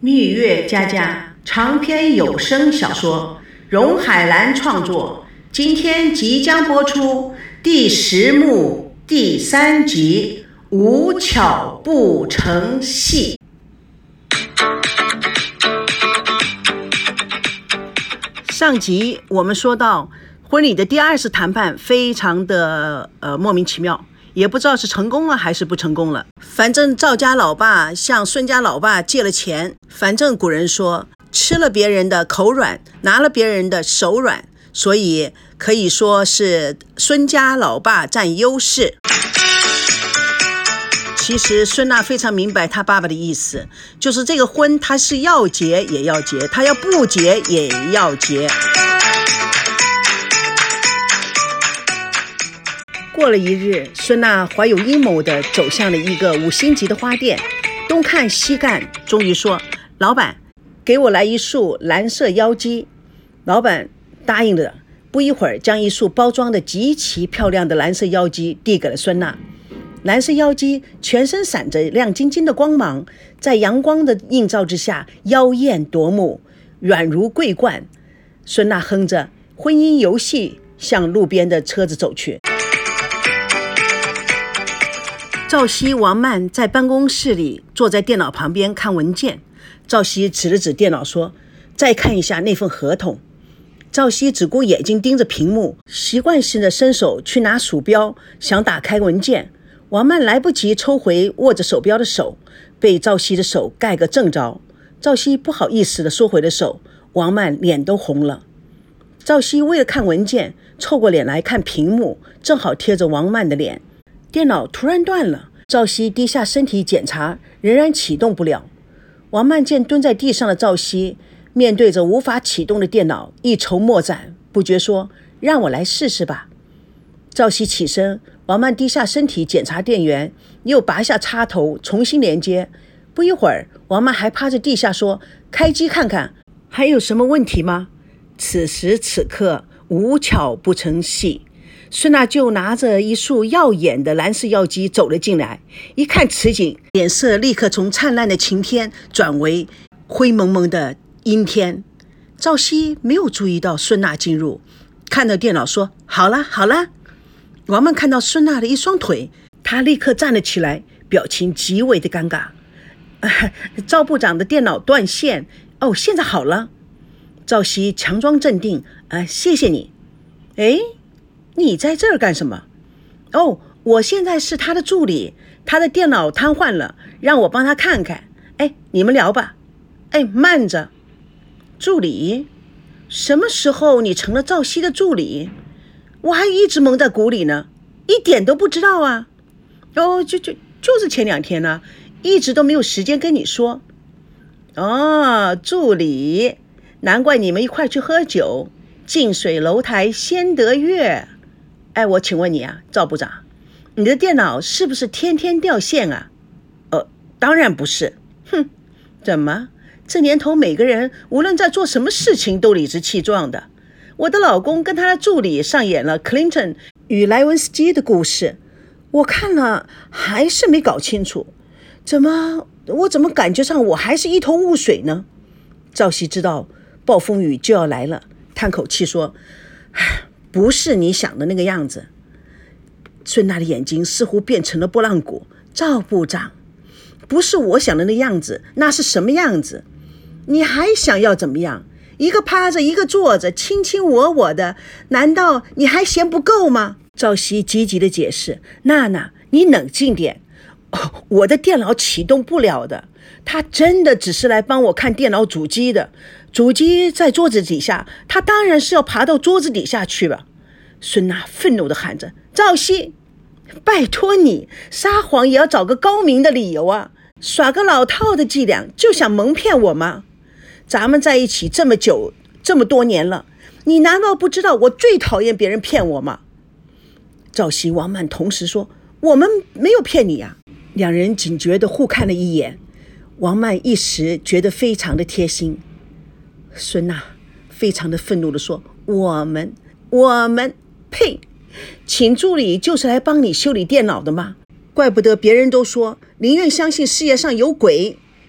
蜜月佳佳长篇有声小说，荣海兰创作，今天即将播出第10幕第3集，无巧不成戏。上集我们说到婚礼的第2次谈判非常的莫名其妙，也不知道是成功了还是不成功了。反正赵家老爸向孙家老爸借了钱，反正古人说吃了别人的口软，拿了别人的手软，所以可以说是孙家老爸占优势。其实孙娜非常明白他爸爸的意思，就是这个婚他是要结也要结，他要不结也要结。过了一日，孙娜怀有阴谋地走向了一个5星级的花店，东看西看，终于说：老板，给我来一束蓝色妖姬。老板答应了，不一会儿将一束包装的极其漂亮的蓝色妖姬递给了孙娜。蓝色妖姬全身闪着亮晶晶的光芒，在阳光的映照之下妖艳夺目，软如桂冠。孙娜哼着婚姻游戏向路边的车子走去。赵熙、王曼在办公室里坐在电脑旁边看文件。赵熙指了指电脑说：再看一下那份合同。赵熙只顾眼睛盯着屏幕，习惯性的伸手去拿鼠标，想打开文件。王曼来不及抽回握着手标的手，被赵熙的手盖个正着。赵熙不好意思的收回了手，王曼脸都红了。赵熙为了看文件，凑过脸来看屏幕，正好贴着王曼的脸。电脑突然断了，赵熙低下身体检查，仍然启动不了。王曼见蹲在地上的赵熙面对着无法启动的电脑，一筹莫展，不觉说：让我来试试吧。赵熙起身，王曼低下身体检查电源，又拔下插头重新连接。不一会儿，王曼还趴着地下说：开机看看，还有什么问题吗？此时此刻无巧不成戏，孙娜就拿着一束耀眼的蓝色药剂走了进来，一看此景，脸色立刻从灿烂的晴天转为灰蒙蒙的阴天。赵熙没有注意到孙娜进入，看到电脑说：好了好了。王曼看到孙娜的一双腿，她立刻站了起来，表情极为的尴尬。赵部长的电脑断线，现在好了。赵熙强装镇定，谢谢你。你在这儿干什么？我现在是他的助理，他的电脑瘫痪了，让我帮他看看。你们聊吧。慢着，助理？什么时候你成了赵熙的助理？我还一直蒙在鼓里呢，一点都不知道啊。就是前2天呢，一直都没有时间跟你说。助理，难怪你们一块去喝酒，近水楼台先得月。我请问你啊，赵部长，你的电脑是不是天天掉线啊？当然不是。怎么？这年头每个人无论在做什么事情都理直气壮的。我的老公跟他的助理上演了 Clinton 与莱文斯基的故事，我看了还是没搞清楚，我怎么感觉上我还是一头雾水呢？赵熙知道暴风雨就要来了，叹口气说：不是你想的那个样子。孙娜的眼睛似乎变成了拨浪鼓。赵部长，不是我想的那样子，那是什么样子？你还想要怎么样？一个趴着一个坐着，卿卿我我的，难道你还嫌不够吗？赵熙积极的解释：娜娜，你冷静点，我的电脑启动不了的，他真的只是来帮我看电脑主机的，主机在桌子底下，他当然是要爬到桌子底下去吧。孙娜愤怒地喊着：赵熙，拜托你，撒谎也要找个高明的理由啊，耍个老套的伎俩就想蒙骗我吗？咱们在一起这么久，这么多年了，你难道不知道我最讨厌别人骗我吗？赵熙、王曼同时说：我们没有骗你啊。两人警觉地互看了一眼，王曼一时觉得非常的贴心。孙娜非常的愤怒地说：我们呸，请助理就是来帮你修理电脑的吗？怪不得别人都说宁愿相信世界上有鬼，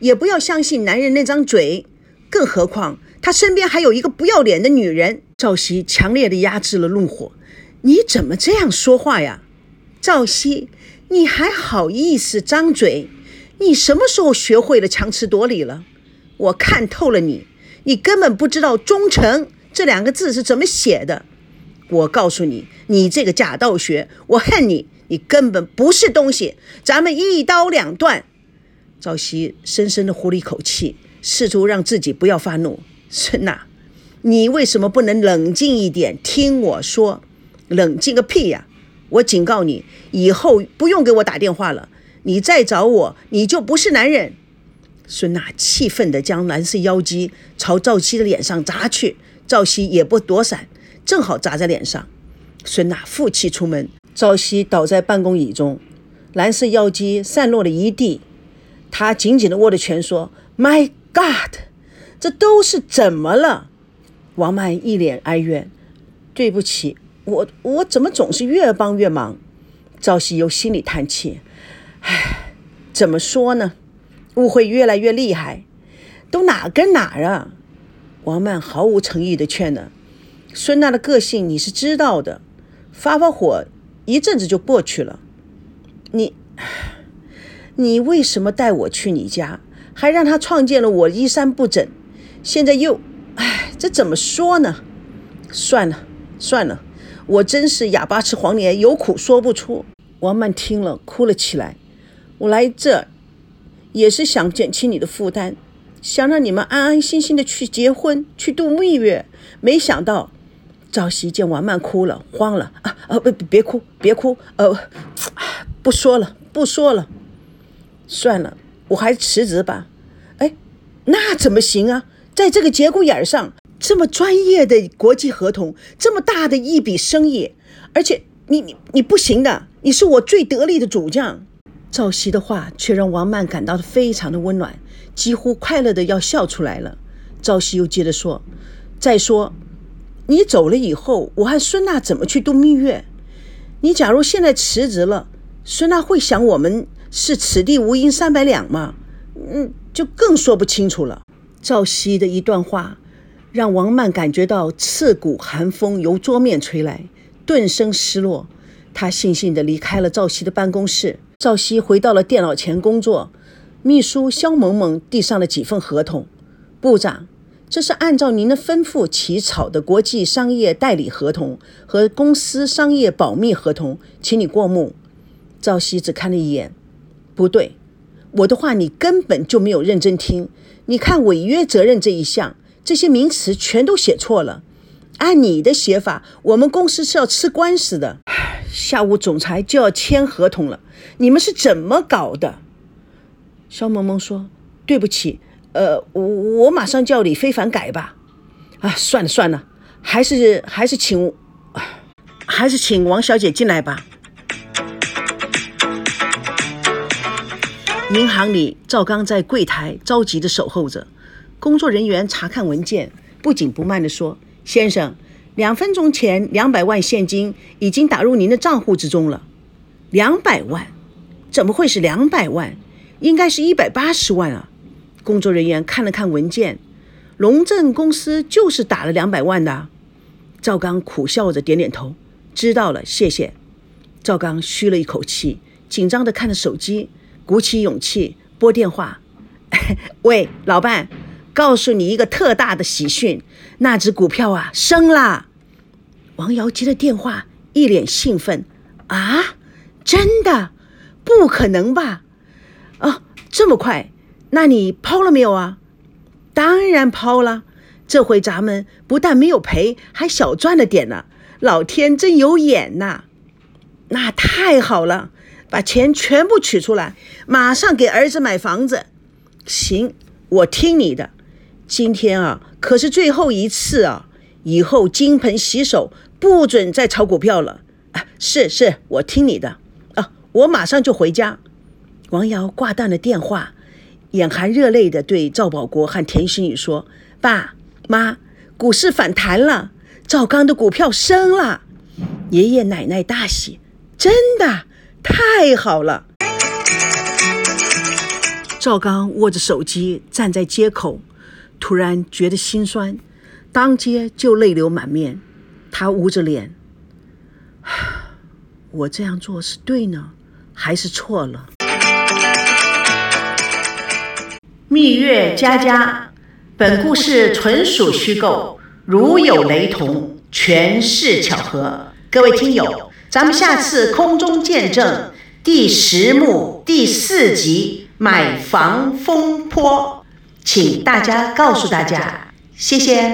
也不要相信男人那张嘴，更何况他身边还有一个不要脸的女人。赵熙强烈地压制了怒火，你怎么这样说话呀？赵熙，你还好意思张嘴？你什么时候学会了强词夺理了？我看透了你，你根本不知道忠诚这2个字是怎么写的。我告诉你，你这个假道学，我恨你，你根本不是东西，咱们一刀两断。赵熙深深地呼了一口气，试图让自己不要发怒。孙娜，你为什么不能冷静一点？听我说。冷静个屁呀！我警告你，以后不用给我打电话了，你再找我，你就不是男人。孙娜气愤地将蓝色妖姬朝赵熙的脸上砸去，赵熙也不躲闪，正好砸在脸上。孙娜负气出门，赵熙倒在办公椅中，蓝色妖姬散落了一地。他紧紧地握着拳说 My God， 这都是怎么了？王曼一脸哀怨，对不起，我怎么总是越帮越忙？赵熙由心里叹气，唉，怎么说呢？误会越来越厉害，都哪跟哪啊？王曼毫无诚意地劝了。孙娜的个性你是知道的，发火一阵子就过去了。你为什么带我去你家，还让他创建了我衣衫不整？现在又，这怎么说呢？算了，我真是哑巴吃黄连，有苦说不出。王曼听了哭了起来。我来这儿也是想减轻你的负担，想让你们安安心心的去结婚，去度蜜月。没想到，赵熙见王曼哭了，慌了，别哭，不说了，算了，我还是辞职吧。那怎么行啊？在这个节骨眼上，这么专业的国际合同，这么大的一笔生意，而且你不行的，你是我最得力的主将。赵熙的话却让王曼感到非常的温暖，几乎快乐的要笑出来了。赵熙又接着说，再说你走了以后，我和孙娜怎么去度蜜月？你假如现在辞职了，孙娜会想我们是此地无银300两吗？就更说不清楚了。赵熙的一段话让王曼感觉到刺骨寒风由桌面吹来，顿生失落。他悻悻地离开了赵熙的办公室。赵熙回到了电脑前工作，秘书肖萌萌递上了几份合同。部长，这是按照您的吩咐起草的国际商业代理合同和公司商业保密合同，请你过目。赵熙只看了一眼，不对，我的话你根本就没有认真听。你看违约责任这一项，这些名词全都写错了。按你的写法，我们公司是要吃官司的。下午总裁就要签合同了，你们是怎么搞的？肖萌萌说，对不起，我马上叫李非凡改吧。算了，还是请王小姐进来吧。银行里，赵刚在柜台着急地守候着。工作人员查看文件，不紧不慢地说，先生，2分钟前200万现金已经打入您的账户之中了。200万？怎么会是200万？应该是180万啊。工作人员看了看文件，龙正公司就是打了200万的。赵刚苦笑着点点头，知道了，谢谢。赵刚吁了一口气，紧张地看着手机，鼓起勇气拨电话。喂，老伴，告诉你一个特大的喜讯，那只股票啊升啦。王瑶接了电话，一脸兴奋。真的？不可能吧？这么快？那你抛了没有啊？当然抛了，这回咱们不但没有赔，还小赚了点呢。老天真有眼呐！那太好了，把钱全部取出来，马上给儿子买房子。行，我听你的。今天啊，可是最后一次啊，以后金盆洗手，不准再炒股票了。是，我听你的。我马上就回家。王瑶挂断了电话，眼含热泪地对赵保国和田心宇说，爸妈，股市反弹了，赵刚的股票升了。爷爷奶奶大喜，真的太好了。 赵刚握着手机站在街口，突然觉得心酸，当街就泪流满面。他捂着脸，我这样做是对呢，还是错了？ 蜜月佳佳，本故事纯属虚构，如有雷同，全是巧合。各位听友，咱们下次空中见证第10幕第4集买房风波，请大家告诉大家，谢谢。